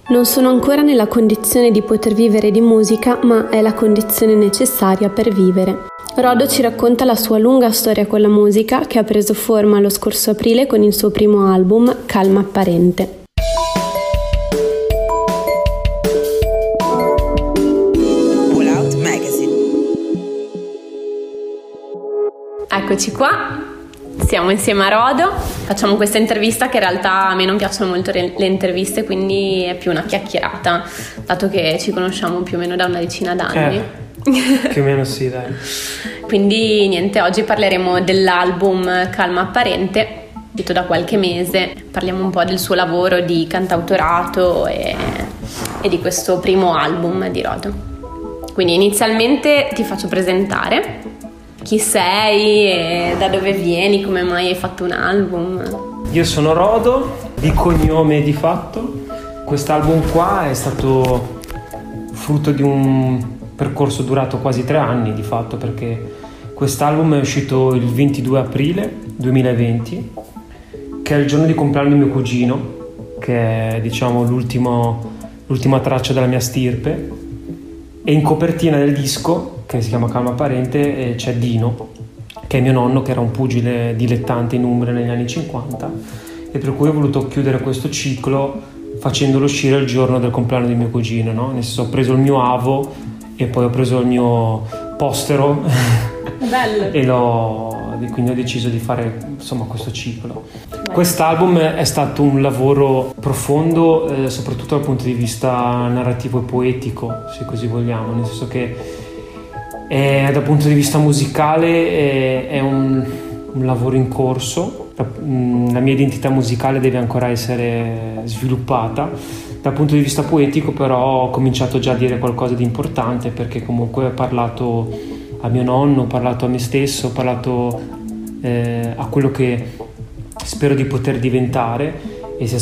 Non sono ancora nella condizione di poter vivere di musica, ma è la condizione necessaria per vivere. Rodo ci racconta la sua lunga storia con la musica, che ha preso forma lo scorso aprile con il suo primo album, Calma Apparente. All Out Magazine. Eccoci qua. Siamo insieme a Rodo, facciamo questa intervista che in realtà a me non piacciono molto le interviste, quindi è più una chiacchierata, dato che ci conosciamo più o meno da una decina d'anni. Più o meno sì, dai. Quindi niente, oggi parleremo dell'album Calma Apparente, uscito da qualche mese, parliamo un po' del suo lavoro di cantautorato e di questo primo album di Rodo. Quindi inizialmente ti faccio presentare. Chi sei e da dove vieni, come mai hai fatto un album? Io sono Rodo, di cognome e di fatto. Quest'album qua è stato frutto di un percorso durato quasi 3 anni di fatto, perché quest'album è uscito il 22 aprile 2020, che è il giorno di compleanno di mio cugino, che è diciamo l'ultima traccia della mia stirpe, e in copertina del disco, che si chiama Calma Apparente, c'è Dino, che è mio nonno, che era un pugile dilettante in Umbria negli anni 50, e per cui ho voluto chiudere questo ciclo facendolo uscire il giorno del compleanno di mio cugino, no? Nel senso, ho preso il mio avo e poi ho preso il mio postero Bello. e quindi ho deciso di fare insomma questo ciclo. Quest'album è stato un lavoro profondo, soprattutto dal punto di vista narrativo e poetico, se così vogliamo, nel senso che dal punto di vista musicale è un lavoro in corso. La mia identità musicale deve ancora essere sviluppata. Dal punto di vista poetico però ho cominciato già a dire qualcosa di importante, perché comunque ho parlato a mio nonno, ho parlato a me stesso, ho parlato a quello che spero di poter diventare, e se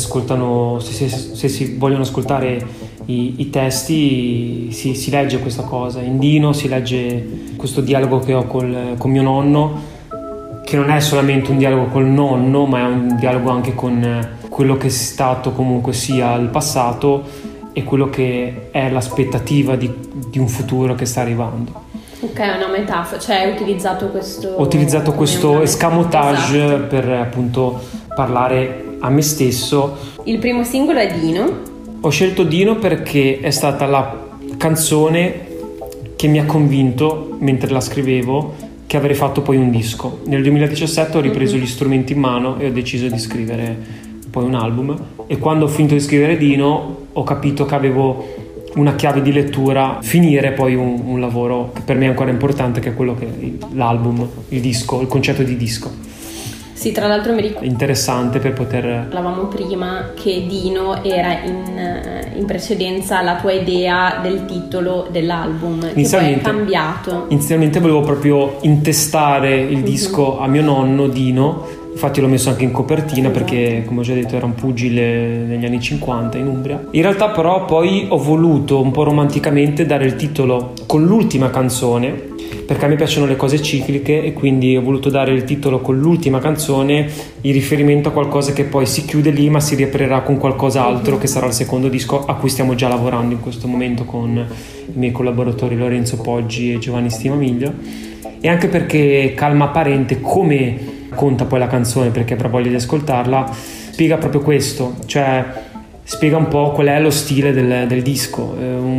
si vogliono ascoltare i testi si legge questa cosa. In Dino si legge questo dialogo che ho con mio nonno, che non è solamente un dialogo col nonno, ma è un dialogo anche con quello che è stato comunque sia il passato e quello che è l'aspettativa di un futuro che sta arrivando. Ok, è una metafora, cioè hai utilizzato questo... Ho utilizzato questo escamotage, esatto, per appunto parlare a me stesso. Il primo singolo è Dino. Ho scelto Dino perché è stata la canzone che mi ha convinto, mentre la scrivevo, che avrei fatto poi un disco. Nel 2017 ho ripreso gli strumenti in mano e ho deciso di scrivere poi un album, e quando ho finito di scrivere Dino ho capito che avevo una chiave di lettura, finire poi un lavoro che per me è ancora importante, che è quello che è l'album, il disco, il concetto di disco. Sì, tra l'altro mi ricordo, interessante per poter... parlavamo prima che Dino era in precedenza la tua idea del titolo dell'album, che poi è cambiato. Inizialmente volevo proprio intestare il disco a mio nonno Dino, infatti l'ho messo anche in copertina, perché come ho già detto era un pugile negli anni 50 in Umbria. In realtà però poi ho voluto un po' romanticamente dare il titolo con l'ultima canzone, perché a me piacciono le cose cicliche, e quindi ho voluto dare il titolo con l'ultima canzone in riferimento a qualcosa che poi si chiude lì, ma si riaprirà con qualcos'altro, che sarà il secondo disco a cui stiamo già lavorando in questo momento con i miei collaboratori Lorenzo Poggi e Giovanni Stimamiglio. E anche perché Calma Apparente, come conta poi la canzone, perché avrà voglia di ascoltarla, spiega proprio questo, cioè spiega un po' qual è lo stile del disco,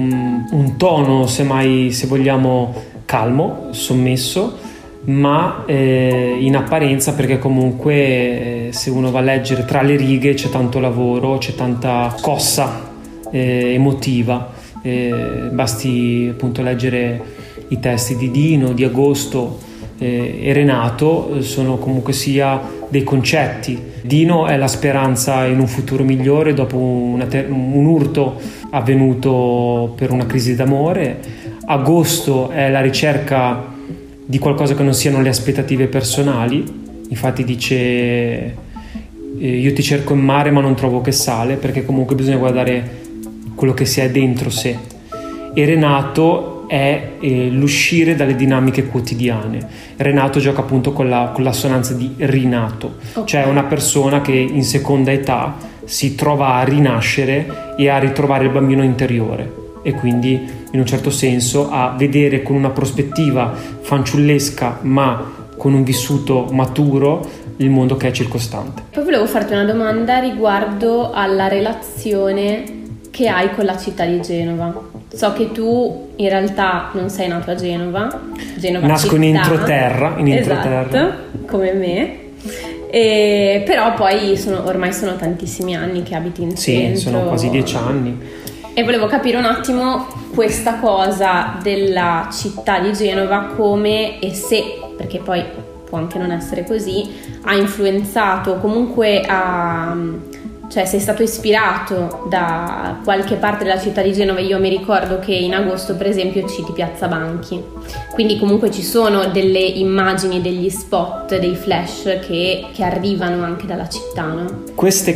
un tono semmai, se vogliamo, calmo, sommesso, ma in apparenza, perché comunque se uno va a leggere tra le righe c'è tanto lavoro, c'è tanta scossa emotiva, basti appunto leggere i testi di Dino, di Agosto e Renato, sono comunque sia dei concetti. Dino è la speranza in un futuro migliore dopo un urto avvenuto per una crisi d'amore. Agosto è la ricerca di qualcosa che non siano le aspettative personali, infatti dice io ti cerco in mare ma non trovo che sale, perché comunque bisogna guardare quello che si è dentro sé. E Renato è l'uscire dalle dinamiche quotidiane. Renato gioca appunto con l'assonanza di rinato, okay. Cioè una persona che in seconda età si trova a rinascere e a ritrovare il bambino interiore, e quindi in un certo senso a vedere con una prospettiva fanciullesca ma con un vissuto maturo il mondo che è circostante. Poi volevo farti una domanda riguardo alla relazione che hai con la città di Genova. So che tu in realtà non sei nato a Genova Nasco città. in entroterra. Esatto, come me. Però poi ormai sono tantissimi anni che abiti in centro. Sì, sono quasi 10 anni. E volevo capire un attimo questa cosa della città di Genova, come e se, perché poi può anche non essere così, ha influenzato, comunque cioè sei stato ispirato da qualche parte della città di Genova. Io mi ricordo che in agosto per esempio citi Piazza Banchi, quindi comunque ci sono delle immagini, degli spot, dei flash che arrivano anche dalla città, no? Queste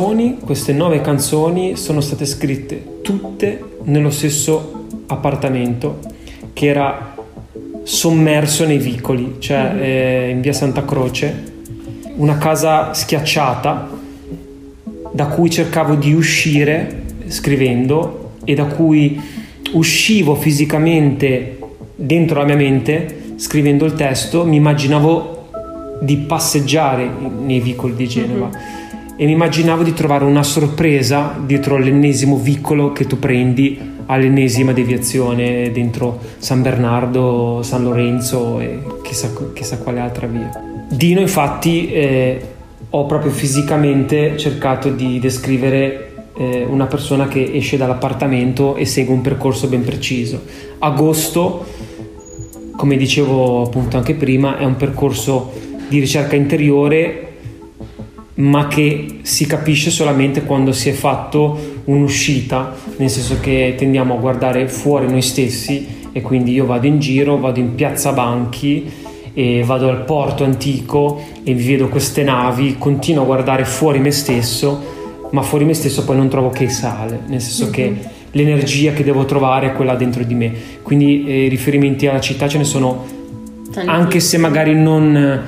9 canzoni sono state scritte tutte nello stesso appartamento che era sommerso nei vicoli, cioè in via Santa Croce, una casa schiacciata da cui cercavo di uscire scrivendo e da cui uscivo fisicamente dentro la mia mente scrivendo il testo. Mi immaginavo di passeggiare nei vicoli di Genova e mi immaginavo di trovare una sorpresa dietro l'ennesimo vicolo che tu prendi all'ennesima deviazione dentro San Bernardo, San Lorenzo e chissà quale altra via. Dino, infatti, ho proprio fisicamente cercato di descrivere una persona che esce dall'appartamento e segue un percorso ben preciso. Agosto, come dicevo appunto anche prima, è un percorso di ricerca interiore, ma che si capisce solamente quando si è fatto un'uscita, nel senso che tendiamo a guardare fuori noi stessi, e quindi io vado in giro, vado in Piazza Banchi e vado al porto antico e vi vedo queste navi, continuo a guardare fuori me stesso, ma fuori me stesso poi non trovo che il sale, nel senso che l'energia che devo trovare è quella dentro di me. Quindi riferimenti alla città ce ne sono tantissimi, anche se magari non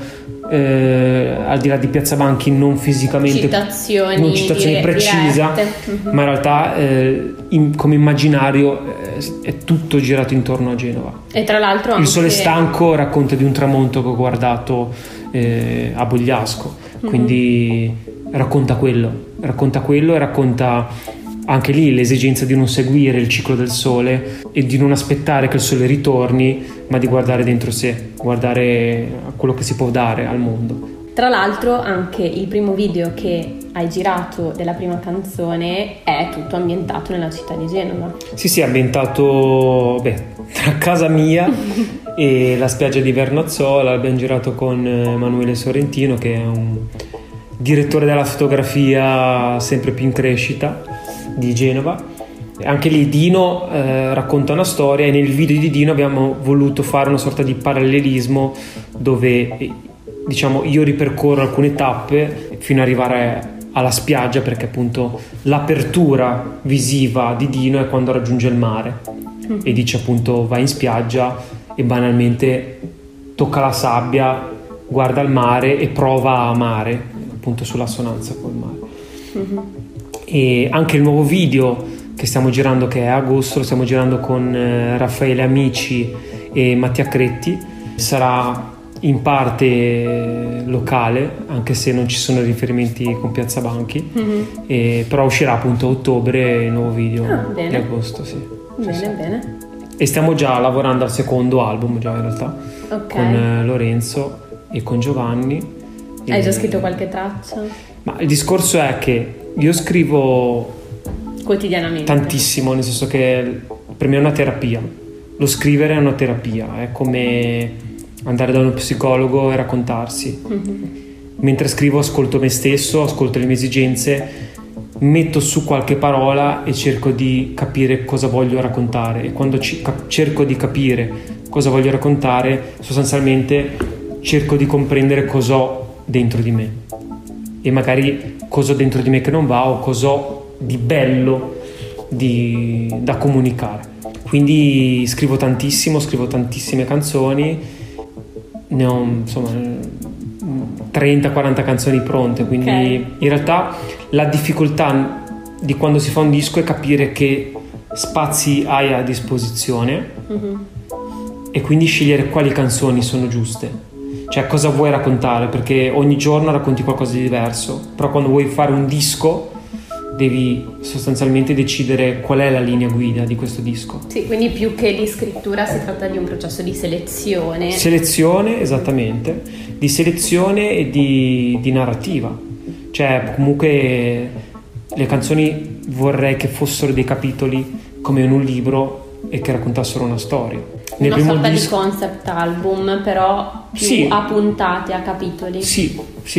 al di là di Piazza Banchi non fisicamente citazioni precisa, ma in realtà come immaginario è tutto girato intorno a Genova. E tra l'altro Il sole stanco racconta di un tramonto che ho guardato a Bogliasco, quindi racconta quello e racconta anche lì l'esigenza di non seguire il ciclo del sole e di non aspettare che il sole ritorni, ma di guardare dentro sé, guardare a quello che si può dare al mondo. Tra l'altro anche il primo video che hai girato della prima canzone è tutto ambientato nella città di Genova. Sì, è ambientato tra casa mia e la spiaggia di Vernazzola. L'abbiamo girato con Emanuele Sorrentino, che è un direttore della fotografia sempre più in crescita di Genova. Anche lì Dino racconta una storia, e nel video di Dino abbiamo voluto fare una sorta di parallelismo dove diciamo io ripercorro alcune tappe fino ad arrivare alla spiaggia, perché appunto l'apertura visiva di Dino è quando raggiunge il mare e dice appunto vai in spiaggia e banalmente tocca la sabbia, guarda il mare e prova a amare, appunto sull'assonanza col mare. E anche il nuovo video che stiamo girando, che è agosto, lo stiamo girando con Raffaele Amici e Mattia Cretti, sarà in parte locale, anche se non ci sono riferimenti con Piazza Banchi, però uscirà appunto a ottobre il nuovo video di agosto. Bene. E stiamo già lavorando al secondo album già in realtà, con Lorenzo e con Giovanni. Hai già scritto qualche traccia? Ma il discorso è che io scrivo quotidianamente tantissimo, nel senso che per me è una terapia. Lo scrivere è una terapia, è come andare da uno psicologo e raccontarsi. Mentre scrivo ascolto me stesso, ascolto le mie esigenze, metto su qualche parola e cerco di capire cosa voglio raccontare, e quando cerco di capire cosa voglio raccontare, sostanzialmente cerco di comprendere cosa ho dentro di me, e magari cosa ho dentro di me che non va, o cosa ho di bello da comunicare. Quindi scrivo tantissime canzoni, ne ho insomma 30-40 canzoni pronte, quindi in realtà la difficoltà di quando si fa un disco è capire che spazi hai a disposizione e quindi scegliere quali canzoni sono giuste. Cioè, cosa vuoi raccontare? Perché ogni giorno racconti qualcosa di diverso, però quando vuoi fare un disco devi sostanzialmente decidere qual è la linea guida di questo disco. Sì, quindi più che di scrittura si tratta di un processo di selezione. Selezione, esattamente, di selezione e di narrativa. Cioè, comunque le canzoni vorrei che fossero dei capitoli come in un libro e che raccontassero una storia. Una sorta di concept album, però più a puntate, a capitoli. Sì.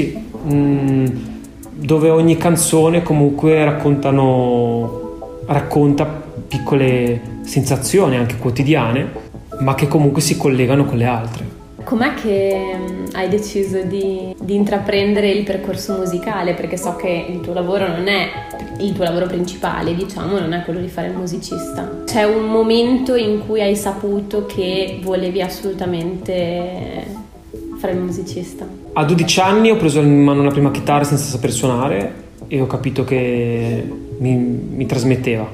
Dove ogni canzone comunque racconta piccole sensazioni anche quotidiane, ma che comunque si collegano con le altre. Com'è che hai deciso di intraprendere il percorso musicale? Perché so che il tuo lavoro non è il tuo lavoro principale, diciamo, non è quello di fare il musicista. C'è un momento in cui hai saputo che volevi assolutamente fare il musicista? A 12 anni ho preso in mano la prima chitarra senza saper suonare e ho capito che mi trasmetteva.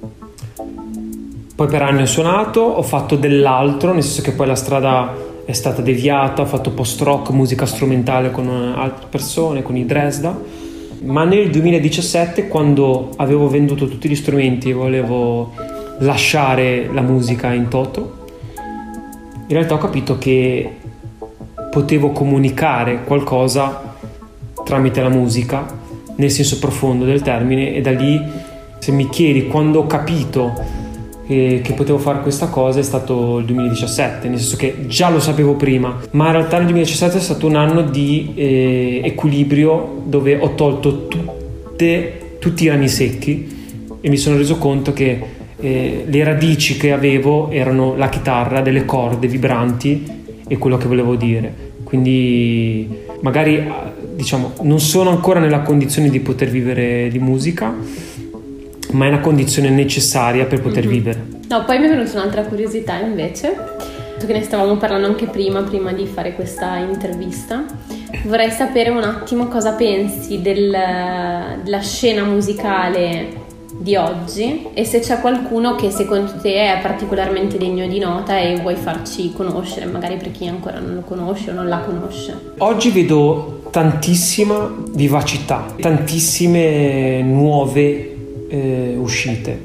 Poi per anni ho suonato, ho fatto dell'altro, nel senso che poi la strada è stata deviata, ho fatto post-rock, musica strumentale con altre persone, con i Dresda, ma nel 2017, quando avevo venduto tutti gli strumenti e volevo lasciare la musica in toto, in realtà ho capito che potevo comunicare qualcosa tramite la musica, nel senso profondo del termine, e da lì, se mi chiedi quando ho capito che potevo fare questa cosa, è stato il 2017, nel senso che già lo sapevo prima, ma in realtà nel 2017 è stato un anno di equilibrio, dove ho tolto tutti i rami secchi e mi sono reso conto che le radici che avevo erano la chitarra, delle corde vibranti e quello che volevo dire. Quindi magari, diciamo, non sono ancora nella condizione di poter vivere di musica, ma è una condizione necessaria per poter vivere. No, poi mi è venuta un'altra curiosità invece, che ne stavamo parlando anche prima di fare questa intervista. Vorrei sapere un attimo cosa pensi della scena musicale di oggi e se c'è qualcuno che secondo te è particolarmente degno di nota e vuoi farci conoscere, magari per chi ancora non lo conosce o non la conosce. Oggi vedo tantissima vivacità, tantissime nuove uscite,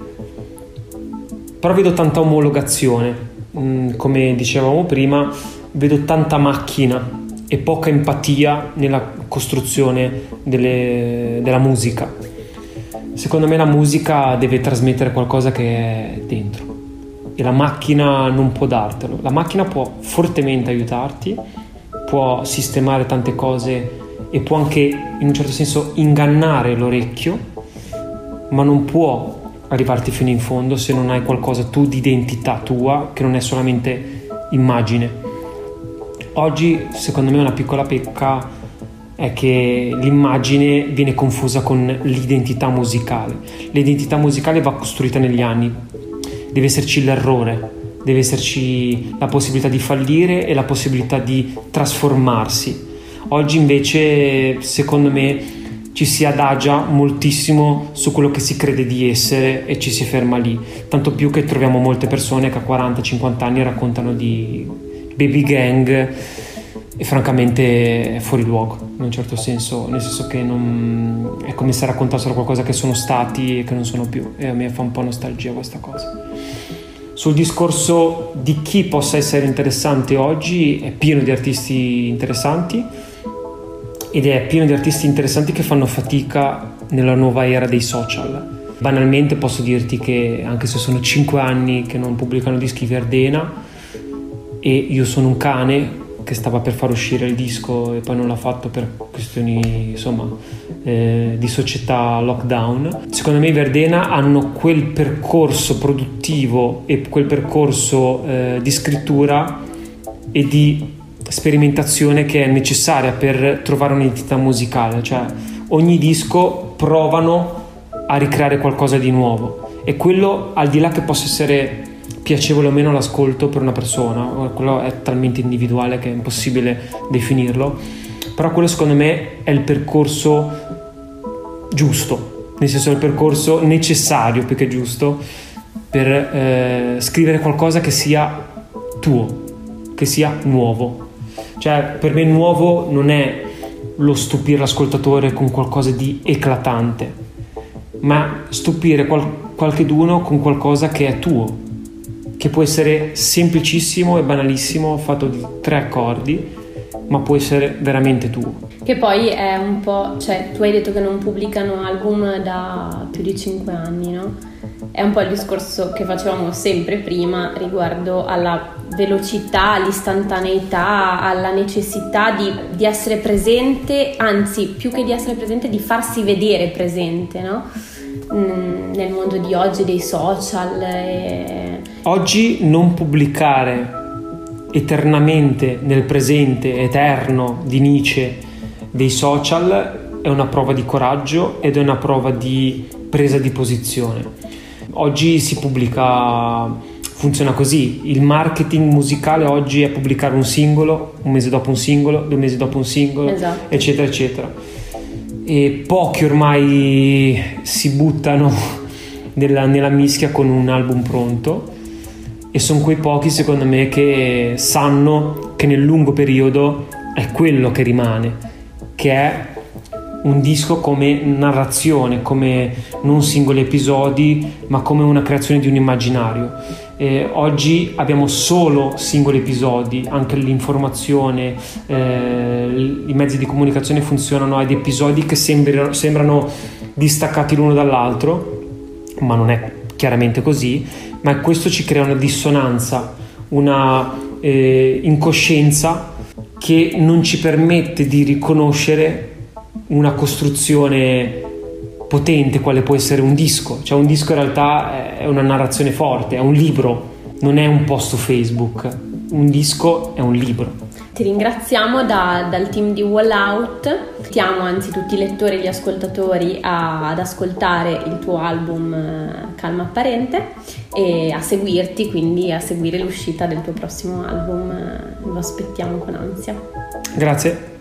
però vedo tanta omologazione, come dicevamo prima, vedo tanta macchina e poca empatia nella costruzione della musica. Secondo me la musica deve trasmettere qualcosa che è dentro e la macchina non può dartelo. La macchina può fortemente aiutarti, può sistemare tante cose e può anche in un certo senso ingannare l'orecchio, ma non può arrivarti fino in fondo se non hai qualcosa tu di identità tua, che non è solamente immagine. Oggi secondo me una piccola pecca è che l'immagine viene confusa con l'identità musicale. L'identità musicale va costruita negli anni, deve esserci l'errore, deve esserci la possibilità di fallire e la possibilità di trasformarsi. Oggi invece secondo me ci si adagia moltissimo su quello che si crede di essere e ci si ferma lì, tanto più che troviamo molte persone che a 40-50 anni raccontano di baby gang e francamente è fuori luogo in un certo senso, nel senso che è come se raccontassero qualcosa che sono stati e che non sono più, e a me fa un po' nostalgia questa cosa. Sul discorso di chi possa essere interessante oggi, è pieno di artisti interessanti ed è pieno di artisti interessanti che fanno fatica nella nuova era dei social. Banalmente posso dirti che anche se sono 5 anni che non pubblicano dischi Verdena e io sono un cane che stava per far uscire il disco e poi non l'ha fatto per questioni insomma di società lockdown, secondo me i Verdena hanno quel percorso produttivo e quel percorso di scrittura e di sperimentazione che è necessaria per trovare un'identità musicale, cioè ogni disco provano a ricreare qualcosa di nuovo e quello, al di là che possa essere piacevole o meno l'ascolto per una persona, quello è talmente individuale che è impossibile definirlo, però quello secondo me è il percorso giusto, nel senso del percorso necessario più che giusto per scrivere qualcosa che sia tuo, che sia nuovo. Cioè, per me nuovo non è lo stupire l'ascoltatore con qualcosa di eclatante, ma stupire qualcheduno con qualcosa che è tuo, che può essere semplicissimo e banalissimo, fatto di 3 accordi, ma può essere veramente tuo. Che poi è un po', cioè tu hai detto che non pubblicano album da più di 5 anni, no? È un po' il discorso che facevamo sempre prima riguardo alla velocità, all'istantaneità, alla necessità di essere presente, anzi più che di essere presente, di farsi vedere presente, no? Nel mondo di oggi dei social. Oggi non pubblicare eternamente nel presente eterno di Nietzsche dei social è una prova di coraggio ed è una prova di presa di posizione. Oggi si pubblica, funziona così, il marketing musicale oggi è pubblicare un singolo, un mese dopo un singolo, 2 mesi dopo un singolo, esatto, eccetera eccetera, e pochi ormai si buttano nella mischia con un album pronto, e sono quei pochi secondo me che sanno che nel lungo periodo è quello che rimane, che è un disco come narrazione, come non singoli episodi, ma come una creazione di un immaginario. Oggi abbiamo solo singoli episodi, anche l'informazione, i mezzi di comunicazione funzionano ad episodi che sembrano distaccati l'uno dall'altro, ma non è chiaramente così, ma questo ci crea una dissonanza, una incoscienza che non ci permette di riconoscere una costruzione potente quale può essere un disco. Cioè un disco in realtà è una narrazione forte, è un libro, non è un post su Facebook. Un disco è un libro. Ti ringraziamo dal team di Wall Out. Invitiamo anzi tutti i lettori e gli ascoltatori ad ascoltare il tuo album Calma Apparente e a seguirti, quindi a seguire l'uscita del tuo prossimo album. Lo aspettiamo con ansia. Grazie.